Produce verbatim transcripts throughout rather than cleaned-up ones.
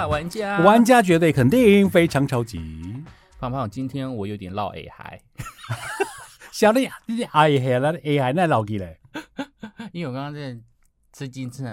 家，玩家， 玩家绝对肯定非常超级。 胖胖，今天我有点落 A 孩， 小你你哎呀，那 A 还那老几嘞？ 因为我刚刚在吃金翅。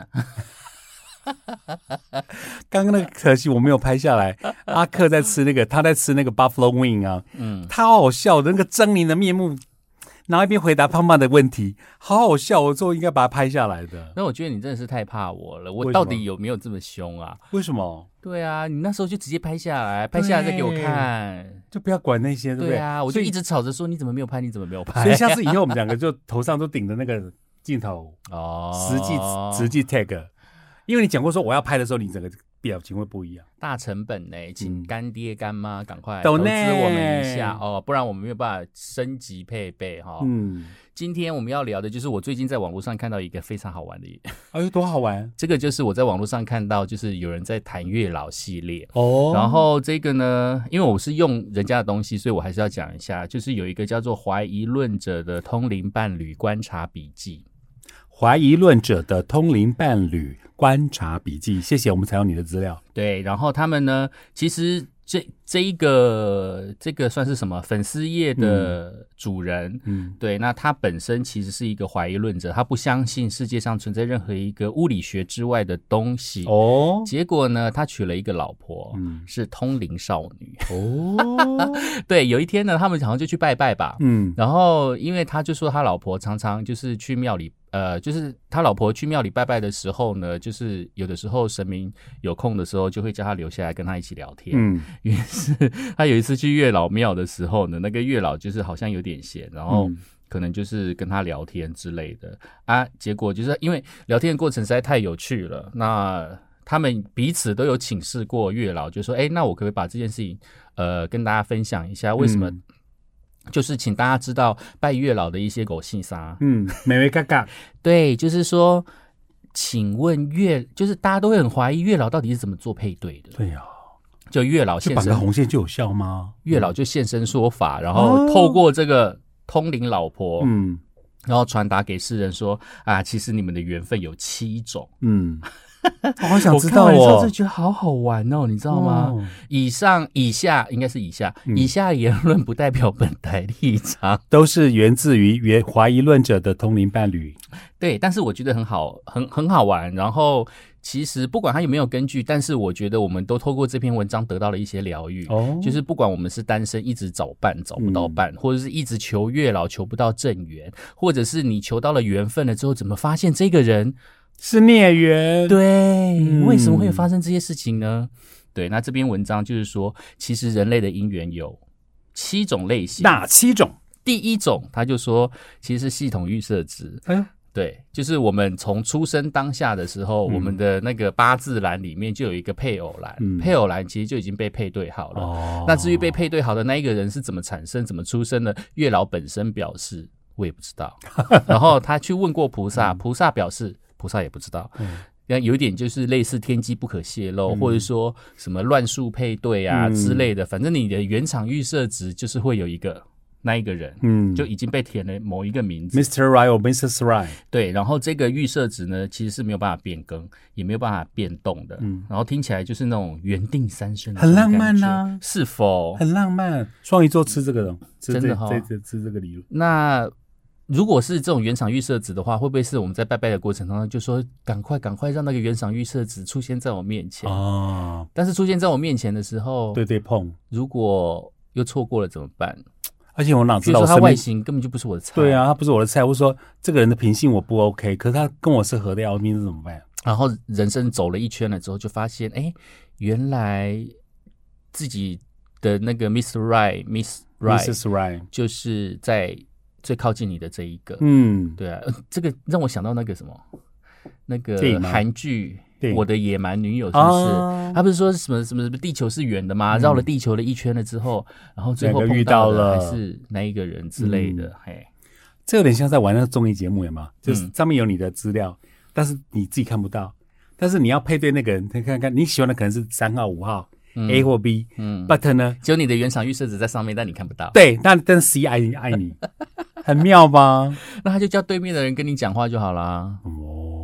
刚刚那个可惜我没有拍下来。阿克在吃那个，他在吃那个 buffalo wing 啊，嗯，他好好笑的那个狰狞的面目，然后一边回答胖胖的问题，好好笑。我最后应该把它拍下来的。 那我觉得你真的是太怕我了，我到底有没有这么凶啊？ 为什么？ 对啊，你那时候就直接拍下来，拍下来再给我看， 就不要管那些，对不对？ 对啊，我就一直吵着说你怎么没有拍，你怎么没有拍？ 所以下次以后我们两个就头上都顶着那个镜头哦， 实际实际 tag。因为你讲过说我要拍的时候，你整个表情会不一样。 大成本呢，请干爹干妈赶快投资我们一下哦，不然我们没有办法升级配备哈。嗯，今天我们要聊的就是我最近在网络上看到一个非常好玩的， 哎呦，多好玩！ 这个就是我在网络上看到，就是有人在谈月老系列哦。然后这个呢，因为我是用人家的东西，所以我还是要讲一下，就是有一个叫做怀疑论者的通灵伴侣观察笔记。 怀疑论者的通灵伴侣观察笔记，谢谢，我们采用你的资料。 对，然后他们呢，其实这这一个这个算是什么粉丝页的主人，嗯，嗯对，那他本身其实是一个怀疑论者，他不相信世界上存在任何一个物理学之外的东西哦。结果呢，他娶了一个老婆，嗯，是通灵少女哦。对，有一天呢，他们好像就去拜拜吧，嗯，然后因为他就说他老婆常常就是去庙里。呃，就是他老婆去庙里拜拜的时候呢，就是有的时候神明有空的时候，就会叫他留下来跟他一起聊天。嗯，于是他有一次去月老庙的时候呢，那个月老就是好像有点闲，然后可能就是跟他聊天之类的啊。结果就是因为聊天的过程实在太有趣了，那他们彼此都有请示过月老，就说：“哎，那我可不可以把这件事情呃跟大家分享一下？为什么？”嗯就是请大家知道拜月老的一些狗屁啥， 嗯，美味嘎嘎， 对，就是说，请问月，就是大家都会很怀疑月老到底是怎么做配对的？ 对呀、啊， 就月老现身， 就绑个红线就有效吗？ 月老就现身说法，然后透过这个通灵老婆，嗯，然后传达给世人说啊，其实你们的缘分有七种，嗯。 我好想知道哦！ 我看完之后就觉得好好玩哦，你知道吗？哦、以上、以下应该是以下，嗯、以下言论不代表本台立场， 都是源自于原怀疑论者的通灵伴侣。 对，但是我觉得很好，很很好玩。然后其实不管它有没有根据，但是我觉得我们都透过这篇文章得到了一些疗愈。哦，就是不管我们是单身一直找伴找不到伴，嗯、或者是一直求月老求不到正缘，或者是你求到了缘分了之后，怎么发现这个人？ 是孽缘， 对、嗯，为什么会发生这些事情呢？对，那这篇文章就是说，其实人类的姻缘有七种类型， 哪七种？ 第一种，他就说，其实是系统预设值，哎，对，就是我们从出生当下的时候，嗯、我们的那个八字栏里面就有一个配偶栏，嗯、配偶栏其实就已经被配对好了。哦，那至于被配对好的那一个人是怎么产生、怎么出生的，月老本身表示我也不知道，然后他去问过菩萨，菩萨表示。菩萨也不知道，嗯，有一点就是类似天机不可泄露，嗯、或者说什么乱数配对啊、嗯、之类的，反正你的原厂预设值就是会有一个那一个人，嗯，就已经被填了某一个名字 ，Mister Right 或 Missus Right， 对，然后这个预设值呢，其实是没有办法变更，也没有办法变动的，嗯，然后听起来就是那种缘定三生的， 很浪漫啊， 是否？ 很浪漫，双鱼座吃这个的， 真的哈、 哦，这吃这个理论， 那。如果是这种原厂预设值的话，会不会是我们在拜拜的过程中就说赶快赶快让那个原厂预设值出现在我面前哦？但是出现在我面前的时候， 对对碰， 如果又错过了怎么办？ 而且我哪知道我说他外形根本就不是我的菜， 对啊，他不是我的菜。我说这个人的品性我不 OK， 可是他跟我是合的要命，怎么办？ 然后人生走了一圈了之后，就发现哎，原来自己的那个 Mister Right、Miss Right、Missus Right 就是在。最靠近你的这一个，嗯，对啊，这个让我想到那个什么，那个韩剧《我的野蛮女友》，是不是？啊、他不是说什么什么什么地球是圆的吗？嗯、绕了地球了一圈了之后，然后最后碰到的还是那一个人之类的，嗯、嘿， 这有点像在玩那个综艺节目，有吗？就是上面有你的资料，嗯、但是你自己看不到，但是你要配对那个人，你看看你喜欢的可能是三号、五号。嗯、A 或 B， 嗯 ，But 呢， 只有你的原厂预设值在上面，但你看不到。 对，但但 C 爱你爱你，很妙吧？ 那他就叫对面的人跟你讲话就好啦。哦，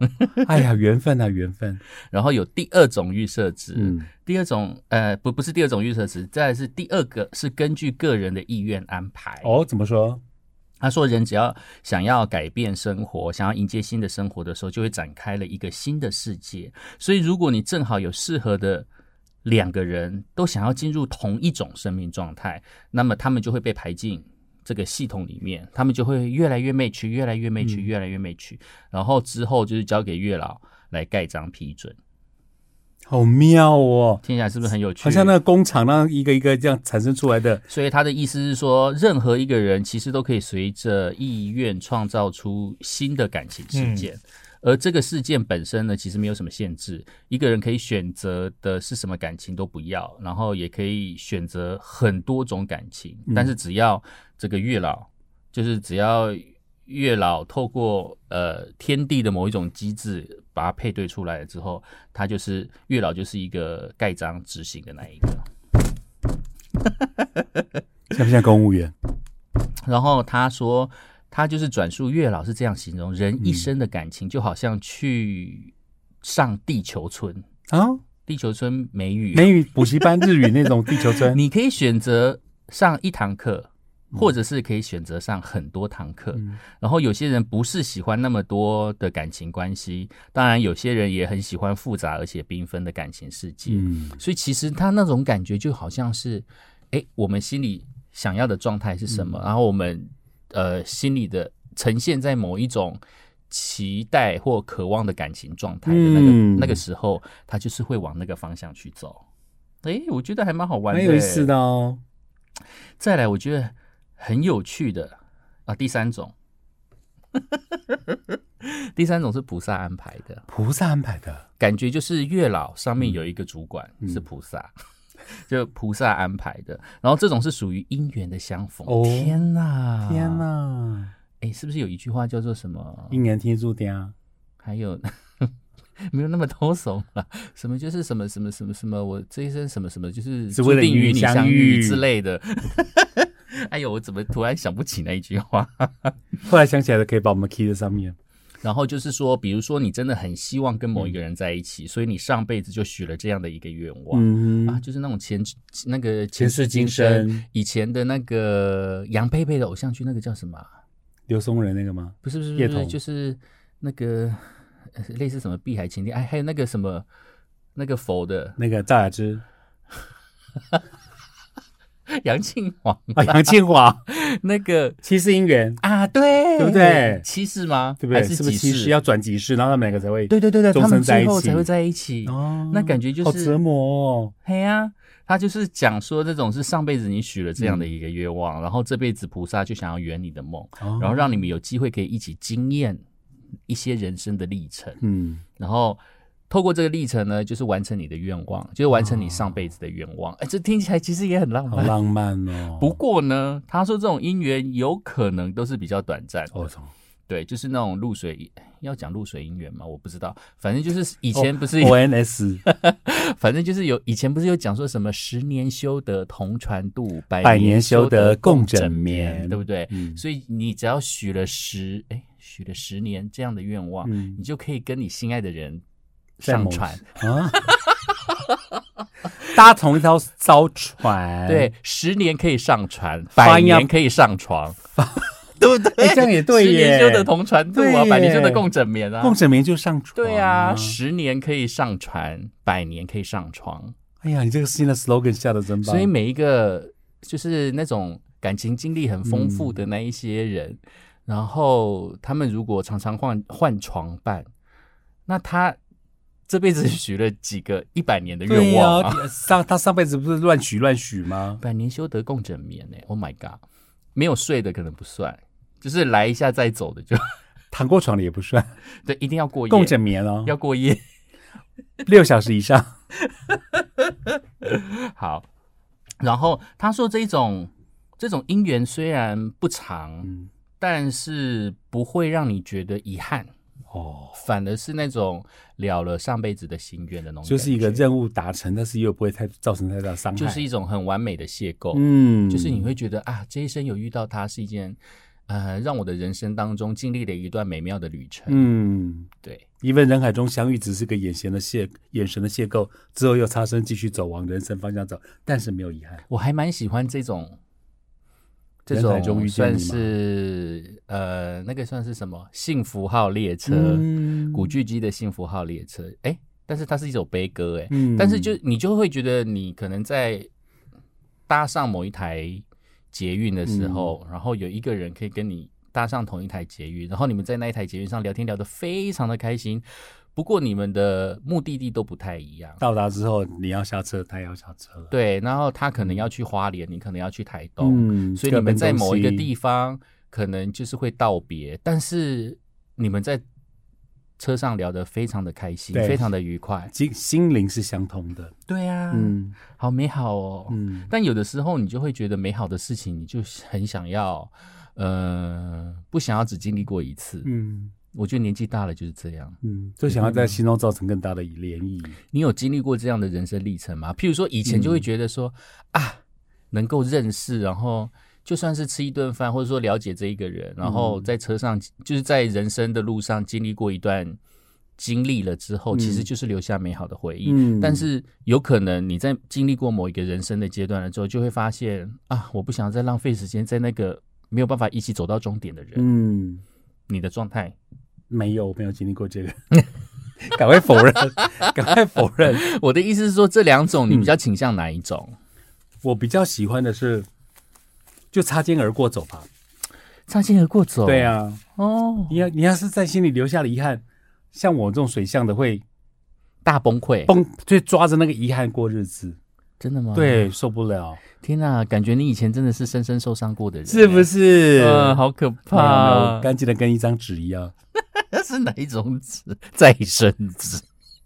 哎呀，缘分啊，缘分。 然后有第二种预设值， 嗯， 第二种呃不不是第二种预设值，再来是第二个是根据个人的意愿安排。 哦，怎么说？ 他说人只要想要改变生活，想要迎接新的生活的时候，就会展开了一个新的世界。所以如果你正好有适合的两个人都想要进入同一种生命状态，那么他们就会被排进这个系统里面，他们就会越来越 match， 越来越 match，、嗯、越来越 match， 然后之后就是交给月老来盖章批准。 好妙哦， 听起来是不是很有趣？ 好像那个工厂那一个一个这样产生出来的。 所以他的意思是说，任何一个人其实都可以随着意愿创造出新的感情事件、嗯、而这个事件本身呢，其实没有什么限制，一个人可以选择的是什么感情都不要，然后也可以选择很多种感情、嗯、但是只要这个月老，就是只要月老透过呃天地的某一种机制把它配对出来了之后，他就是月老就是一个盖章执行的那一个， 像不像公务员？ 然后他说他就是转述月老是这样形容人一生的感情、嗯、就好像去上地球村啊，地球村美语美语补习班日语那种地球村你可以选择上一堂课，或者是可以选择上很多堂课、嗯、然后有些人不是喜欢那么多的感情关系，当然有些人也很喜欢复杂而且缤纷的感情世界、嗯、所以其实他那种感觉就好像是诶我们心里想要的状态是什么、嗯、然后我们呃心里的呈现在某一种期待或渴望的感情状态的那个、嗯、那个时候，他就是会往那个方向去走。诶我觉得还蛮好玩的， 蛮有意思的哦。 再来我觉得很有趣的啊，第三种，第三种是菩萨安排的。 菩萨安排的感觉就是月老上面有一个主管、嗯、是菩萨、嗯，就菩萨安排的。然后这种是属于姻缘的相逢。哦、天哪， 天哪！ 哎，是不是有一句话叫做什么？ 一年天注定。 还有没有那么偷怂了？什么就是什么什么什么什么，我这一生什么什么就是注定与你相遇之类的。哎呦，我怎么突然想不起那一句话？ 后来想起来的，可以把我们 key 在上面。 然后就是说，比如说你真的很希望跟某一个人在一起，嗯、所以你上辈子就许了这样的一个愿望、嗯、啊，就是那种前那个前世今生，以前的那个杨佩佩的偶像剧，那个叫什么？ 刘松仁那个吗？ 不是不是不是，就是那个类似什么碧海情天，哎，还有那个什么那个佛的那个赵雅芝。 杨庆煌啊，杨庆煌那个七世姻缘啊，对， 对不对？ 七世吗？ 对不对？ 还是几世？ 是不是七世要转几世，然后他们两个才会对对对对， 终身在一起， 他们最后才会在一起。哦，那感觉就是好折磨哦。 嘿呀、啊，他就是讲说这种是上辈子你许了这样的一个愿望、嗯，然后这辈子菩萨就想要圆你的梦、哦，然后让你们有机会可以一起经验一些人生的历程。嗯，然后。透过这个历程呢，就是完成你的愿望，就是完成你上辈子的愿望。哎、哦，这听起来其实也很浪漫， 好浪漫哦。 不过呢，他说这种姻缘有可能都是比较短暂的。 哦， 对，就是那种露水，要讲露水姻缘吗？我不知道，反正就是以前不是、 哦、O N S， 反正就是有以前不是有讲说什么十年修得同船渡， 百年修得共枕眠， 对不对？ 嗯、 所以你只要许了十，哎，许了十年这样的愿望、嗯，你就可以跟你心爱的人。上船啊！ 搭同一条艘船， 对，十年可以上船，百年可以上床，对不对？ 欸、这样也对耶！ 十年修得同船渡啊，百年修得共枕眠啊， 共枕眠就上床、啊。 对啊，十年可以上船，百年可以上床。 哎呀，你这个新的 slogan 下的真棒！ 所以每一个就是那种感情经历很丰富的那一些人，嗯、然后他们如果常常换换床伴，那他。这辈子许了几个一百年的愿望、啊啊、上他上辈子不是乱许乱许吗？ 百年修得共枕眠呢、欸、？Oh my god！ 没有睡的可能不算，就是来一下再走的就躺过床的也不算。 对，一定要过夜共枕眠哦， 要过夜六小时以上。 好，然后他说这种这种姻缘虽然不长、嗯，但是不会让你觉得遗憾。哦，反而是那种了了上辈子的心愿的那种， 就是一个任务达成，但是又不会太造成太大伤害， 就是一种很完美的邂逅。嗯，就是你会觉得啊，这一生有遇到他是一件呃，让我的人生当中经历了一段美妙的旅程。 嗯， 对， 因为人海中相遇只是个眼神的邂眼神的邂逅，之后又擦身继续走往人生方向走，但是没有遗憾。 我还蛮喜欢这种。这人海中种遇见你算是呃，那个算是什么幸福号列车？ 嗯、 古巨基的幸福号列车，哎，但是它是一首悲歌，哎、 嗯， 但是就你就会觉得你可能在搭上某一台捷运的时候，嗯、然后有一个人可以跟你搭上同一台捷运，然后你们在那一台捷运上聊天聊得非常的开心。不过你们的目的地都不太一样， 到达之后你要下车，他也要下车了。 对，然后他可能要去花莲，你可能要去台东， 嗯， 所以你们在某一个地方可能就是会道别，但是你们在车上聊得非常的开心，非常的愉快， 心心灵是相通的。 对啊， 嗯， 好美好哦。 嗯， 但有的时候你就会觉得美好的事情，你就很想要，呃，不想要只经历过一次。嗯。我觉得年纪大了就是这样， 嗯，就想要在心中造成更大的涟漪。 你有经历过这样的人生历程吗？譬如说以前就会觉得说、嗯、啊，能够认识，然后就算是吃一顿饭，或者说了解这一个人，然后在车上、嗯、就是在人生的路上经历过一段经历了之后、嗯、其实就是留下美好的回忆、嗯、但是有可能你在经历过某一个人生的阶段了之后，就会发现啊，我不想再浪费时间在那个没有办法一起走到终点的人。嗯，你的状态？ 没有，我没有经历过这个，赶快否认，赶快否认。 我的意思是说，这两种你比较倾向哪一种？ 嗯、我比较喜欢的是，就擦肩而过走吧。 擦肩而过走， 对啊， 哦， 你要你要是在心里留下了遗憾，像我这种水象的会大崩溃， 崩就抓着那个遗憾过日子。 真的吗？ 对，受不了。 天哪，感觉你以前真的是深深受伤过的人， 是不是？ 呃，好可怕， 干净的跟一张纸一样。 那是哪一种纸？再生纸，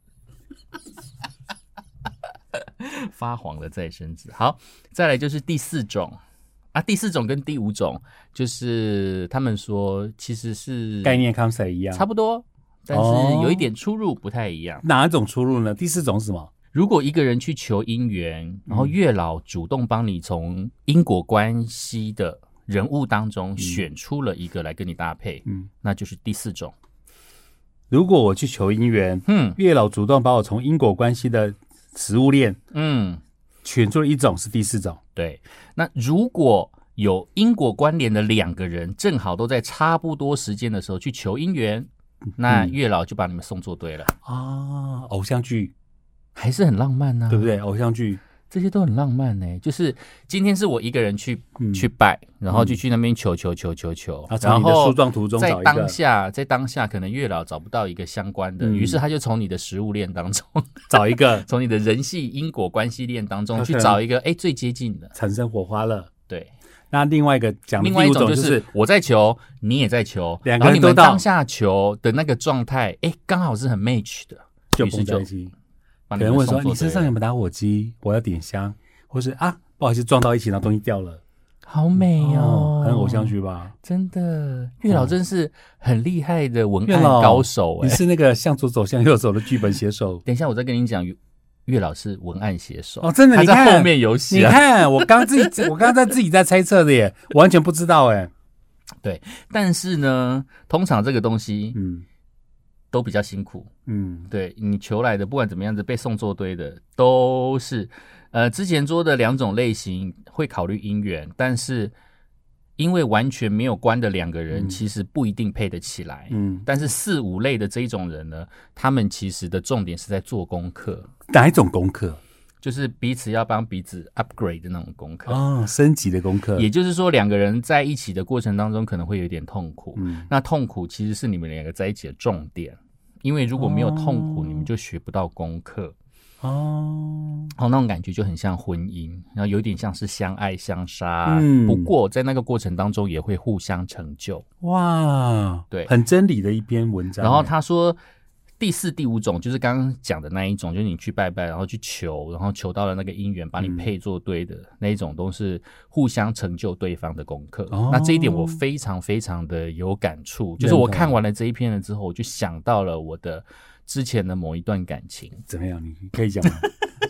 发黄的再生纸。好，再来就是第四种啊，第四种跟第五种，就是他们说其实是概念 concept 一样， 差不多，但是有一点出入不太一样。 哦、哪一种出入呢？第四种是什么？ 如果一个人去求姻缘，然后月老主动帮你从因果关系的人物当中选出了一个来跟你搭配，嗯，那就是第四种。 如果我去求姻缘，嗯，月老主动把我从因果关系的食物链，嗯，选出了一种，是第四种。 对，那如果有因果关联的两个人，正好都在差不多时间的时候去求姻缘，那月老就把你们送作对了、 嗯、啊！偶像剧。 还是很浪漫啊， 对不对？偶像剧这些都很浪漫呢、欸。就是今天是我一个人去、嗯、去拜，然后就去那边求求求求求， 嗯、然后树状图中在当下在当下可能月老找不到一个相关的，于、嗯、是他就从你的食物链当中找一个， 从你的人系因果关系链当中去找一个哎最接近的， 产生火花了。 对， 那另外一个讲的另外一种就是我在求，你也在求， 两个人都到然后你们当下求的那个状态，哎，刚好是很 match 的， 就碰在一起。可能问说你身上有没有打火机？我要点香，或是啊不好意思撞到一起，然后东西掉了， 好美哦， 哦很偶像剧吧？ 真的，月老真是很厉害的文案高手、欸、 你是那个向左走向右走的剧本写手。 等一下我再跟你讲，月老是文案写手哦，真的， 他在后面有写、 啊。你看，我刚自己，我刚刚在自己在猜测的耶，完全不知道哎。 对，但是呢，通常这个东西，嗯。都比较辛苦，嗯，对你求来的，不管怎么样子被送作堆的，都是，呃，之前说的两种类型会考虑姻缘，但是因为完全没有关的两个人，嗯、其实不一定配得起来，嗯，但是四五类的这一种人呢，他们其实的重点是在做功课， 哪一种功课？ 就是彼此要帮彼此 upgrade 的那种功课哦，升级的功课。 也就是说，两个人在一起的过程当中可能会有点痛苦，嗯，那痛苦其实是你们两个在一起的重点，因为如果没有痛苦，哦、你们就学不到功课哦。哦，那种感觉就很像婚姻，然后有点像是相爱相杀，嗯，不过在那个过程当中也会互相成就。 哇， 对， 很真理的一篇文章。 然后他说。第四、第五种就是刚刚讲的那一种，就是你去拜拜，然后去求，然后求到了那个姻缘，把你配做对的、嗯、那一种，都是互相成就对方的功课。哦、那这一点我非常非常的有感触，就是我看完了这一篇了之后，我就想到了我的之前的某一段感情。 怎么样？你可以讲吗？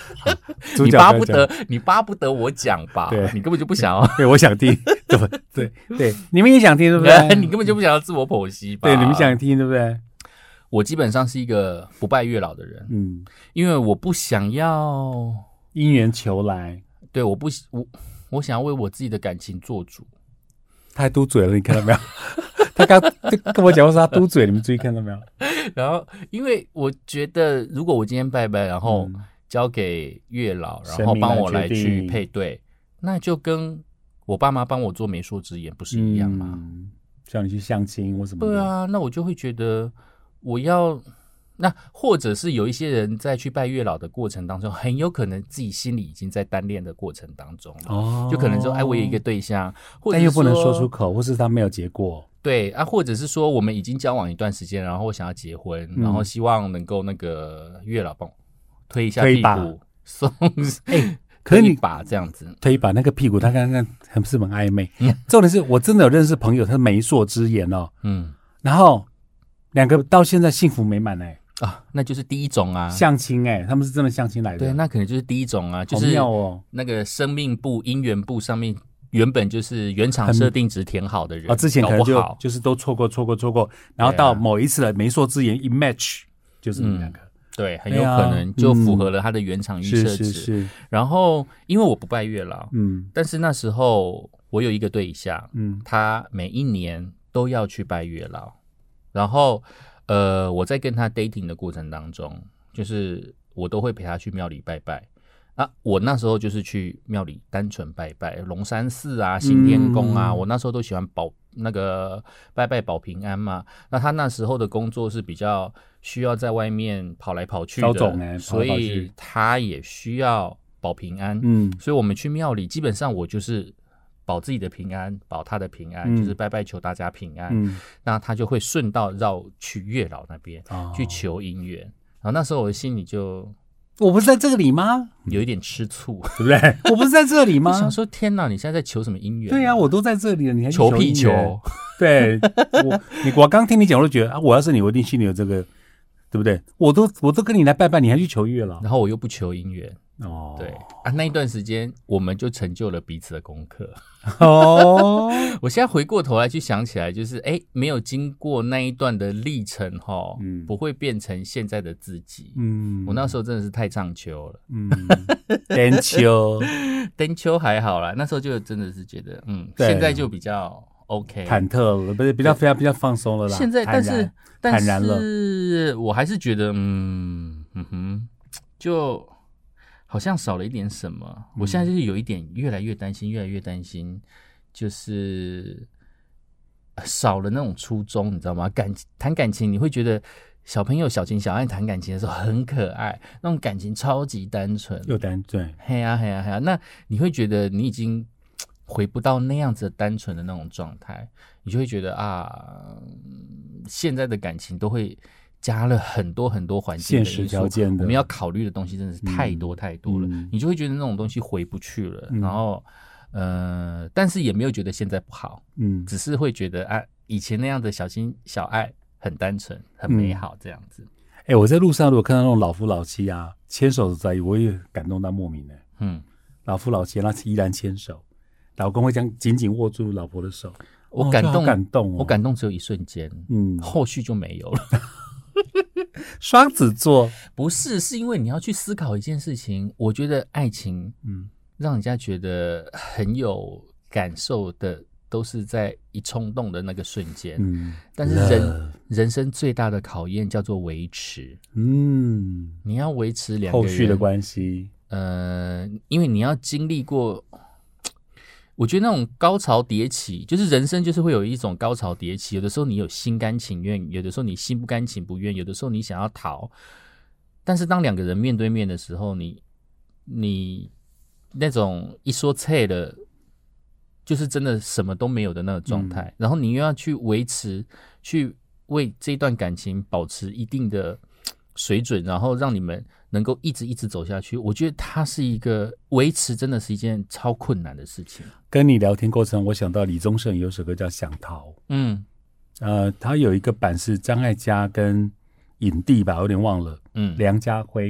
你巴不得你巴不得我讲吧？对，你根本就不想要。 对，我想听，对对对，你们也想听，对不对？ 你根本就不想要自我剖析吧？ 对，你们想听，对不对？ 我基本上是一个不拜月老的人，嗯，因为我不想要因缘求来。 对，我不我我想要为我自己的感情做主。 他还嘟嘴了，你看到没有？他刚跟我讲说他嘟嘴，你们注意看到没有？ 然后，因为我觉得，如果我今天拜拜，然后交给月老，嗯、然后帮我来去配对，那就跟我爸妈帮我做媒妁之言不是一样吗？ 嗯、叫你去相亲或什么的？ 对啊，那我就会觉得我要。那或者是有一些人在去拜月老的过程当中，很有可能自己心里已经在单恋的过程当中了，哦，就可能说，哎，我有一个对象，或者但又不能说出口，或是他没有结果， 对啊，或者是说我们已经交往一段时间，然后我想要结婚，嗯、然后希望能够那个月老帮我推一下屁股，送，哎， 可是你把这样子推一把那个屁股，他刚刚很是很暧昧，嗯、重点是我真的有认识朋友，他媒妁之言哦，嗯，然后两个到现在幸福美满哎、欸。 啊，那就是第一种啊， 相亲哎、欸，他们是真的相亲来的。 对，那可能就是第一种啊，就是妙哦。 那个生命簿、姻缘簿上面原本就是原厂设定值填好的人， 啊，之前可能就就是都错过、错过、错过，然后到某一次的媒妁之言一 match， 就是你们两个、嗯， 对，很有可能就符合了他的原厂预设值。 是是是。 然后因为我不拜月老，嗯，但是那时候我有一个对象，嗯，他每一年都要去拜月老，然后。呃，我在跟他 dating 的过程当中，就是我都会陪他去庙里拜拜。啊，我那时候就是去庙里单纯拜拜，龙山寺啊、行天宫啊，嗯、我那时候都喜欢保那个拜拜保平安嘛。那他那时候的工作是比较需要在外面跑来跑去的， 总欸、 所以他也需要保平安。嗯，所以我们去庙里，基本上我就是。保自己的平安，保他的平安，嗯、就是拜拜求大家平安。嗯、那他就会顺道绕去月老那边、哦、去求姻缘。然后那时候我的心里就， 我不是在这里吗？ 有一点吃醋， 对不对？我不是在这里吗？ 我想说，天哪，你现在在求什么姻缘、啊？ 对呀、啊，我都在这里了，你还求屁求？ 对，我你我刚听你讲，我就觉得啊，我要是你，我一定心里有这个，对不对？我都我都跟你来拜拜，你还去求月老， 然后我又不求姻缘。 哦， 对啊，那一段时间我们就成就了彼此的功课。 哦， 我现在回过头来去想起来，就是哎，没有经过那一段的历程哈，嗯，不会变成现在的自己。嗯，我那时候真的是太唱秋了。嗯， 登秋， 登秋还好啦，那时候就真的是觉得，嗯，现在就比较 OK， 忐忑了，不是比较非常比较放松了啦。 现在，但是坦然了， 但是我还是觉得，嗯嗯哼，就。好像少了一点什么，嗯、我现在就是有一点越来越担心，越来越担心，就是少了那种初衷，你知道吗？感谈感情，你会觉得小朋友小情小爱谈感情的时候很可爱，那种感情超级单纯， 又单对， 嘿呀嘿呀嘿呀，那你会觉得你已经回不到那样子的单纯的那种状态，你就会觉得啊，现在的感情都会。加了很多很多环境的因素， 现实条件的， 我们要考虑的东西真的是太多太多了，嗯、你就会觉得那种东西回不去了。嗯、然后，呃，但是也没有觉得现在不好，嗯，只是会觉得啊，以前那样的小情小爱很单纯、很美好这样子。 哎、嗯欸，我在路上如果看到那种老夫老妻啊，牵手在一起，我也感动到莫名的。嗯，老夫老妻那依然牵手，老公会这样紧紧握住老婆的手， 我感动， 哦、感动、哦， 我感动只有一瞬间，嗯，后续就没有了。 双子座不是，是因为你要去思考一件事情。我觉得爱情，嗯，让人家觉得很有感受的，都是在一冲动的那个瞬间。嗯，但是人人生最大的考验叫做维持。嗯，你要维持两个人后续的关系。 呃，因为你要经历过。我觉得那种高潮迭起，就是人生就是会有一种高潮迭起，有的时候你有心甘情愿，有的时候你心不甘情不愿，有的时候你想要逃，但是当两个人面对面的时候，你你那种一说切的，就是真的什么都没有的那个状态，嗯、然后你又要去维持，去为这段感情保持一定的水准，然后让你们能够一直一直走下去，我觉得它是一个维持，真的是一件超困难的事情。 跟你聊天过程，我想到李宗盛有首歌叫《想逃》，嗯，呃，他有一个版是张艾嘉跟影帝吧，有点忘了，嗯，梁家辉，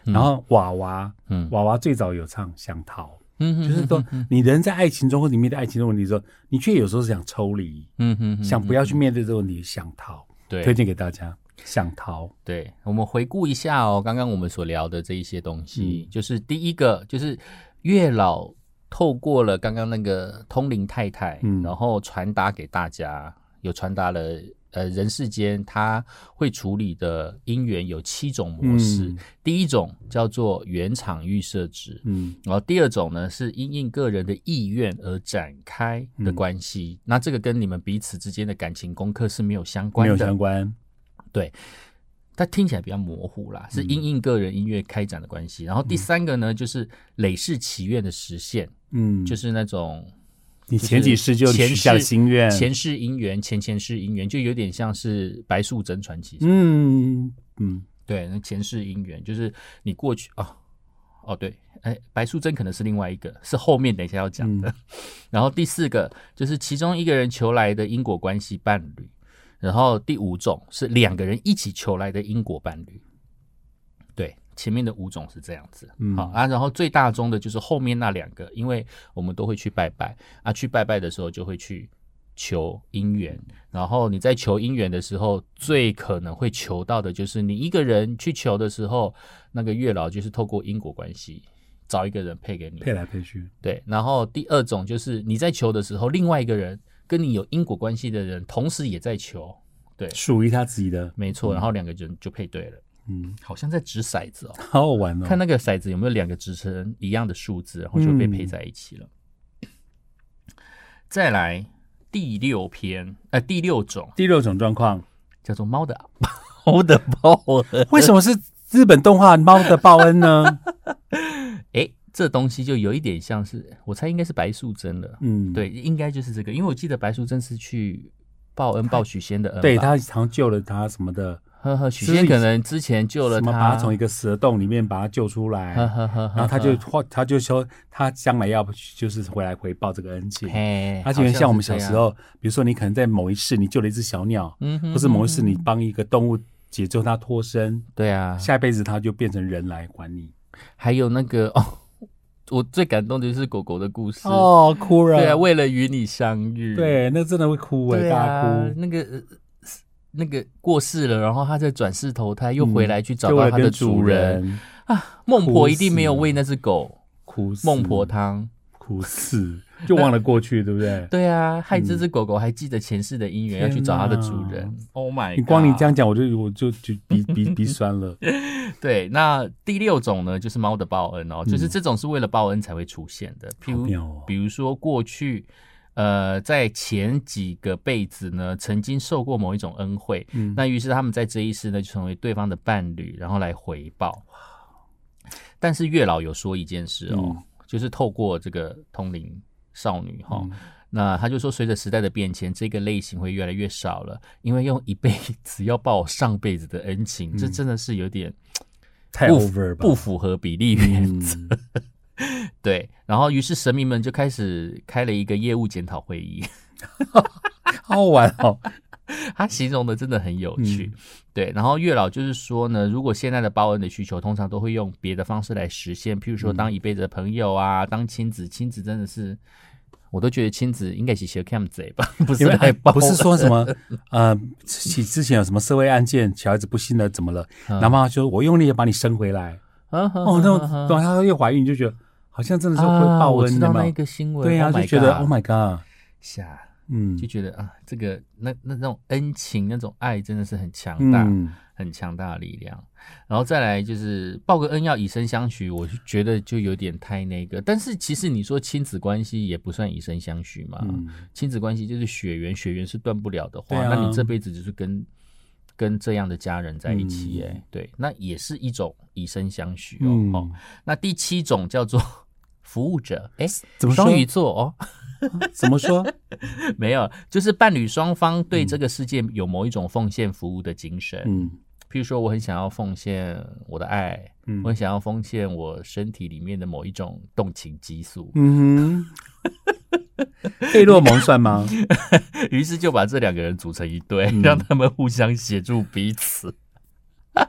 然后娃娃，嗯，娃娃最早有唱想逃， 嗯， 就是说你人在爱情中或者你面对爱情的问题的时候，你却有时候是想抽离，嗯哼，想不要去面对这个问题，想逃。对，推荐给大家。想逃。 对，我们回顾一下哦，刚刚我们所聊的这一些东西，嗯、就是第一个就是月老透过了刚刚那个通灵太太，嗯、然后传达给大家，有传达了呃人世间他会处理的姻缘有七种模式，嗯、第一种叫做原厂预设值，嗯，然后第二种呢是因应个人的意愿而展开的关系，嗯、那这个跟你们彼此之间的感情功课是没有相关的， 没有相关。 对，它听起来比较模糊啦，是因应个人音乐开展的关系。嗯、然后第三个呢，就是累世祈愿的实现，嗯，就是那种你前几世就许下心愿， 前世姻缘、前前世姻缘，就有点像是白素贞传奇。 嗯嗯， 对，那前世姻缘就是你过去哦哦对，哎，白素贞可能是另外一个，是后面等一下要讲的。嗯、然后第四个就是其中一个人求来的因果关系伴侣。然后第五种是两个人一起求来的因果伴侣，对，前面的五种是这样子，嗯、好啊。然后最大宗的就是后面那两个，因为我们都会去拜拜啊，去拜拜的时候就会去求姻缘，然后你在求姻缘的时候，最可能会求到的就是你一个人去求的时候，那个月老就是透过因果关系找一个人配给你， 配来配去， 对。然后第二种就是你在求的时候，另外一个人跟你有因果关系的人，同时也在求，对， 属于他自己的， 没错。然后两个人就配对了，嗯，好像在掷骰子哦， 好好玩哦。 看那个骰子有没有两个掷成一样的数字，然后就被配在一起了。嗯、再来第六篇，呃，第六种， 第六种状况叫做猫的猫的报恩。 为什么是日本动画猫的报恩呢？ 哎。这东西就有一点像是，我猜应该是白素贞了，嗯，对，应该就是这个，因为我记得白素贞是去报恩报许仙的恩， 对，他常救了他什么的， 呵呵，许仙可能之前救了他， 什么把他从一个蛇洞里面把他救出来，呵呵呵呵，然后他就他就说他将来要就是回来回报这个恩情，而且像我们小时候，比如说你可能在某一世你救了一只小鸟，嗯，或是某一世你帮一个动物解救它脱身， 对啊， 下一辈子它就变成人来管你， 还有那个哦。我最感动的就是狗狗的故事哦，哭了。 对啊，为了与你相遇， 对，那真的会哭哎、欸，大家哭。 那个、呃、那个过世了，然后他再转世投胎，又回来去找到他的主人、嗯、啊。孟婆一定没有喂那只狗， 哭死， 孟婆汤， 哭死，就忘了过去，对不对？ 对啊，害这只狗狗还记得前世的姻缘，要去找他的主人。Oh my god！ 你光你这样讲，我就我就就鼻鼻鼻酸了。 对，那第六种呢，就是猫的报恩哦，嗯、就是这种是为了报恩才会出现的。譬如，哦、比如说过去，呃，在前几个辈子呢，曾经受过某一种恩惠，嗯、那于是他们在这一世呢，就成为对方的伴侣，然后来回报。但是月老有说一件事哦，嗯、就是透过这个通灵少女哈。嗯那他就说，随着时代的变迁，这个类型会越来越少了，因为用一辈子要报上辈子的恩情，嗯、这真的是有点太 over 吧， 不符合比例原则。嗯、对，然后于是神明们就开始开了一个业务检讨会议， 好好玩哦。 他形容的真的很有趣，嗯、对。然后月老就是说呢，如果现在的报恩的需求，通常都会用别的方式来实现，譬如说当一辈子的朋友啊，当亲子，亲子真的是。我都觉得亲子应该是小看贼吧，不是来报恩， 不是说什么呃，之前有什么社会案件，小孩子不幸的怎么了，嗯、然后妈妈说我用力把你生回来，嗯、哦，那种等她又怀孕，你就觉得好像真的是会报恩的嘛。 我知道那一个新闻， 对呀、啊， oh、 就觉得 Oh my God， 下，嗯，就觉得啊，这个那那那种恩情、那种爱真的是很强大。嗯很强大的力量，然后再来就是报个恩要以身相许，我就觉得就有点太那个。但是其实你说亲子关系也不算以身相许嘛，嗯、亲子关系就是血缘，血缘是断不了的话，啊、那你这辈子就是跟跟这样的家人在一起、欸，哎、嗯，对，那也是一种以身相许哦。嗯、哦那第七种叫做服务者，哎， 怎么说？ 双鱼座哦。 怎么说？ 没有，就是伴侣双方对这个世界有某一种奉献服务的精神。嗯，譬如说，我很想要奉献我的爱，嗯，我很想要奉献我身体里面的某一种动情激素。嗯哼，费洛蒙算吗？ 于是就把这两个人组成一对，嗯、让他们互相协助彼此。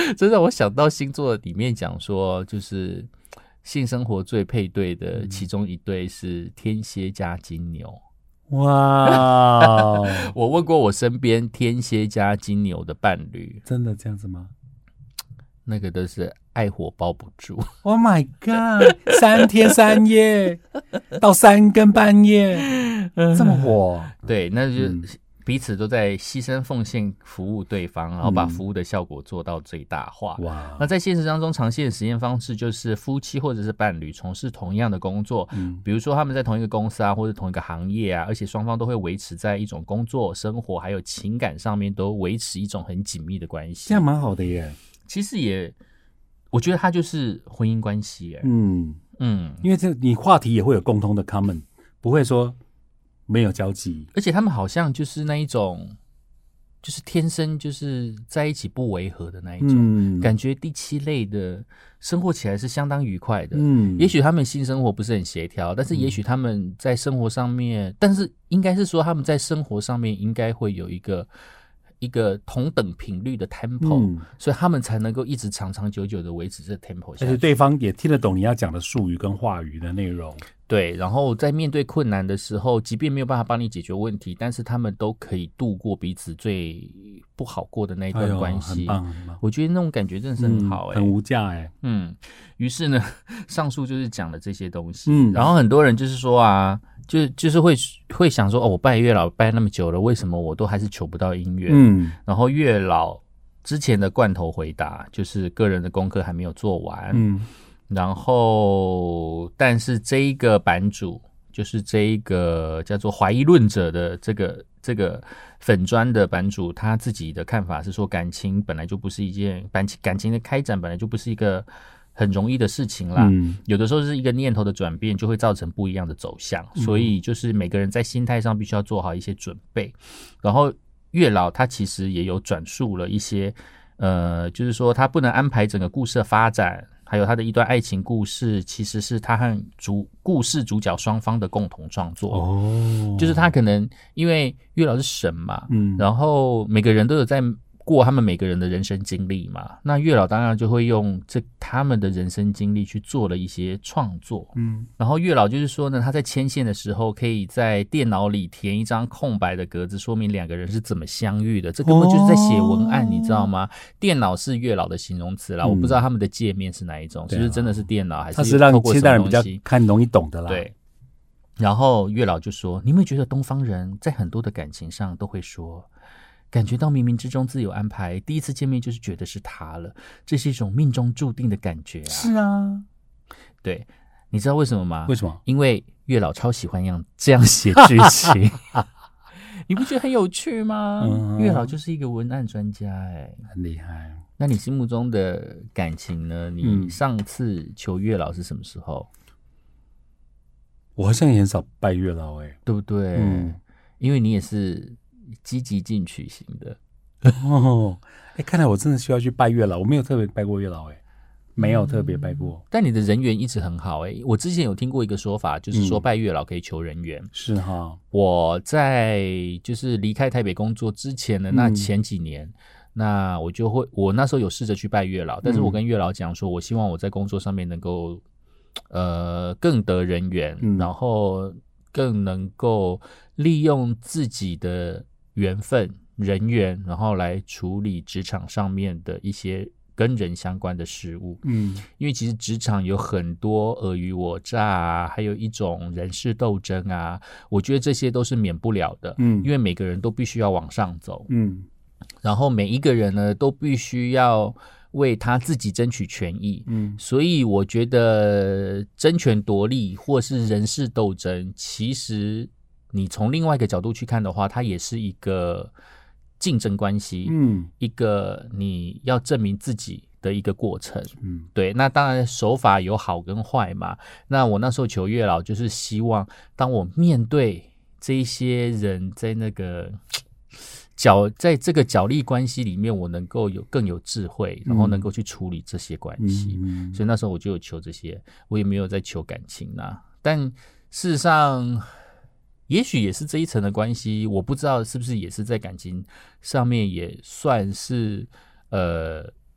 这让我想到星座里面讲说，就是性生活最配对的其中一对是天蝎加金牛。 哇， 我问过我身边天蝎加金牛的伴侣， 真的这样子吗？ 那个都是爱火包不住。 Oh my god！ 三天三夜到三更半夜，这么火？ 对，那就彼此都在牺牲奉献服务对方，然后把服务的效果做到最大化。哇！那在现实当中，常见的实验方式就是夫妻或者是伴侣从事同样的工作，嗯，比如说他们在同一个公司啊，或者同一个行业啊，而且双方都会维持在一种工作、生活还有情感上面都维持一种很紧密的关系， 这样蛮好的耶。 其实也，我觉得它就是婚姻关系耶。 嗯嗯，因为这你话题也会有共通的 common， 不会说没有交集。 而且他们好像就是那一种，就是天生就是在一起不违和的那一种，嗯、感觉第七类的生活起来是相当愉快的。嗯，也许他们性生活不是很协调，但是也许他们在生活上面，嗯、但是应该是说他们在生活上面应该会有一个。一个同等频率的 tempo，嗯、所以他们才能够一直长长久久的维持这 tempo 下去， 而且对方也听得懂你要讲的术语跟话语的内容。 对，然后在面对困难的时候，即便没有办法帮你解决问题，但是他们都可以度过彼此最不好过的那一段关系。哎、很棒很棒，我觉得那种感觉真的是很好哎、欸嗯，很无价哎、欸。 嗯，于是呢，上述就是讲了这些东西。嗯，然后很多人就是说啊。就就是会会想说哦，我拜月老拜那么久了，为什么我都还是求不到姻缘？嗯，然后月老之前的罐头回答就是个人的功课还没有做完，嗯，然后但是这一个版主就是这一个叫做怀疑论者的这个这个粉专的版主，他自己的看法是说，感情本来就不是一件感情感情的开展本来就不是一个。很容易的事情啦、嗯、有的时候是一个念头的转变就会造成不一样的走向、嗯、所以就是每个人在心态上必须要做好一些准备。然后月老他其实也有转述了一些呃，就是说他不能安排整个故事的发展，还有他的一段爱情故事其实是他和主故事主角双方的共同创作哦，就是他可能因为月老是神嘛，嗯，然后每个人都有在过他们每个人的人生经历嘛，那月老当然就会用这他们的人生经历去做了一些创作，嗯，然后月老就是说呢，他在牵线的时候可以在电脑里填一张空白的格子，说明两个人是怎么相遇的，这根本就是在写文案、哦、你知道吗？电脑是月老的形容词啦、嗯、我不知道他们的界面是哪一种，是不是真的是电脑还是它是让现代人比较看容易懂的啦。 对，然后月老就说，你有没有觉得东方人在很多的感情上都会说感觉到冥冥之中自有安排，第一次见面就是觉得是他了，这是一种命中注定的感觉啊。 是啊， 对，你知道为什么吗？ 为什么？ 因为月老超喜欢样这样写剧情你不觉得很有趣吗、嗯、月老就是一个文案专家哎， 很厉害。 那你心目中的感情呢？你上次求月老是什么时候？ 我好像也很少拜月老哎， 对不对、嗯、因为你也是积极进取型的哦，哎，看来我真的需要去拜月老。我没有特别拜过月老，哎，没有特别拜过、嗯。 但你的人缘一直很好，哎，我之前有听过一个说法，就是说拜月老可以求人缘、嗯。 是哈， 我在就是离开台北工作之前的那前几年，嗯、那我就会，我那时候有试着去拜月老，但是我跟月老讲说，我希望我在工作上面能够呃更得人缘、嗯，然后更能够利用自己的缘分人缘，然后来处理职场上面的一些跟人相关的事物。嗯，因为其实职场有很多尔虞我诈啊，还有一种人事斗争啊，我觉得这些都是免不了的。嗯，因为每个人都必须要往上走。嗯，然后每一个人呢都必须要为他自己争取权益。嗯，所以我觉得争权夺利或是人事斗争，其实你从另外一个角度去看的话，它也是一个竞争关系，嗯，一个你要证明自己的一个过程，嗯，对。那当然手法有好跟坏嘛。那我那时候求月老，就是希望当我面对这一些人在那个角，在这个角力关系里面，我能够有更有智慧，然后能够去处理这些关系。嗯，所以那时候我就有求这些，我也没有在求感情啦。但事实上，也许也是这一层的关系，我不知道是不是也是在感情上面也算是呃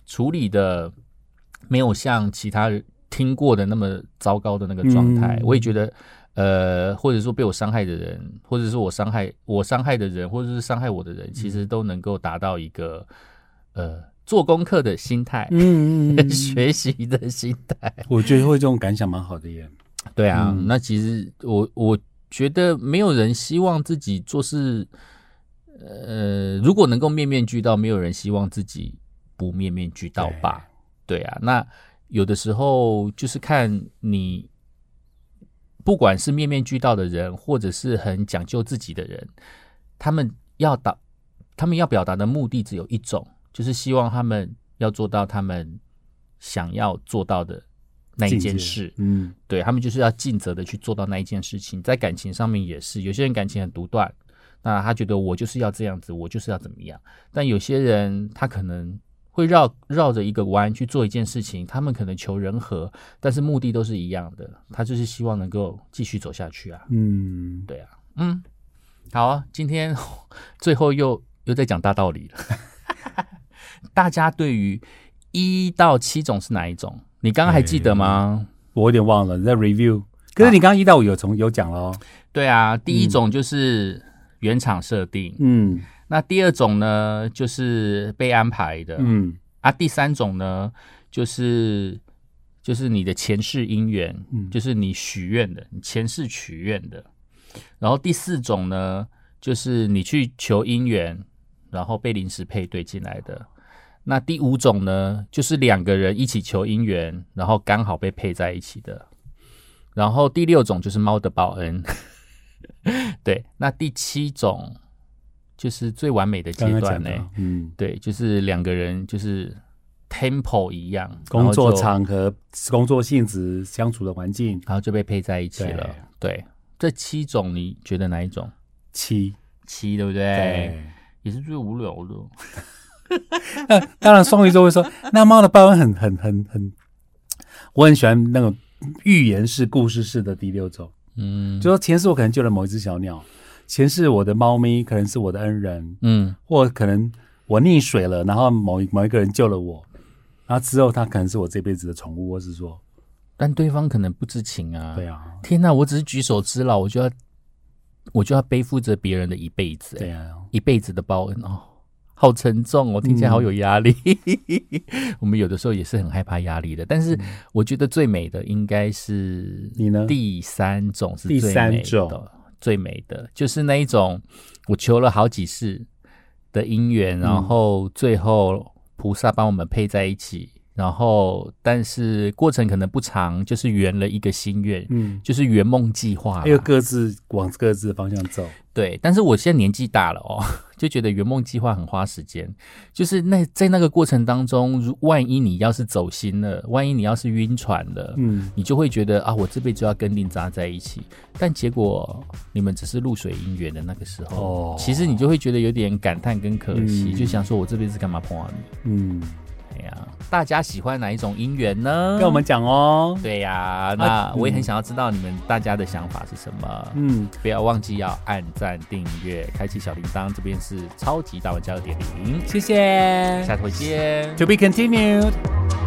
处理的没有像其他人听过的那么糟糕的那个状态，嗯、我也觉得，呃，或者说被我伤害的人，或者是我伤害我伤害的人，或者是伤害我的人，其实都能够达到一个呃做功课的心态，嗯，学习的心态。 我觉得会这种感想蛮好的耶。 对啊，嗯、那其实我我觉得没有人希望自己做事，呃，如果能够面面俱到，没有人希望自己不面面俱到吧？对, 对啊，那。有的时候就是看你，不管是面面俱到的人，或者是很讲究自己的人，他们要达，他们要表达的目的只有一种，就是希望他们要做到他们想要做到的那一件事。嗯，对，他们就是要尽责的去做到那一件事情。在感情上面也是，有些人感情很独断，那他觉得我就是要这样子，我就是要怎么样。但有些人他可能会绕绕着一个弯去做一件事情，他们可能求人和，但是目的都是一样的，他就是希望能够继续走下去啊。嗯，对啊，嗯，好啊，今天最后又又在讲大道理了。大家对于一到七种是哪一种？你刚刚还记得吗？ 我有点忘了，你在 review。可是你刚刚一到五有从有讲了哦。 对啊，第一种就是原厂设定，嗯。那第二种呢，就是被安排的，嗯啊，第三种呢，就是就是你的前世姻缘，嗯，就是你许愿的，你前世许愿的。然后第四种呢，就是你去求姻缘，然后被临时配对进来的。那第五种呢，就是两个人一起求姻缘，然后刚好被配在一起的。然后第六种就是猫的报恩，对，那第七种。就是最完美的阶段呢，嗯，对，就是两个人就是 tempo 一样， 工作场合、工作性质、相处的环境， 然后就被配在一起了。对，对这七种你觉得哪一种？ 七七，对不对？对，也是最无聊的。 那当然，双鱼座会说，那猫的报恩很很很很，我很喜欢那种寓言式、故事式的第六种。嗯，就说前世我可能救了某一只小鸟。前世我的猫咪可能是我的恩人，嗯，或可能我溺水了，然后某某一个人救了我，然后之后他可能是我这辈子的宠物，或是说， 但对方可能不知情啊。 对啊， 天哪，我只是举手之劳，我就要我就要背负着别人的一辈子， 对啊， 一辈子的报恩哦，好沉重哦，听起来好有压力。嗯、我们有的时候也是很害怕压力的，但是我觉得最美的应该是你呢？ 第三种是最美的。最美的就是那一种我求了好几世的姻缘，然后最后菩萨帮我们配在一起，然后但是过程可能不长，就是圆了一个心愿，嗯，就是圆梦计划， 又各自往各自的方向走。 对，但是我现在年纪大了哦，就觉得圆梦计划很花时间，就是那在那个过程当中，如万一你要是走心了，万一你要是晕船了，嗯，你就会觉得啊，我这辈子就要跟定扎在一起，但结果你们只是露水姻缘的那个时候，哦，其实你就会觉得有点感叹跟可惜，嗯，就想说我这辈子干嘛碰到你？嗯。哎呀，大家喜欢哪一种姻缘呢？ 跟我们讲哦。 对呀，那我也很想要知道你们大家的想法是什么。嗯，不要忘记要按赞、订阅、开启小铃铛。这边是超级大玩家二点零， 谢谢， 下回见。 To be continued。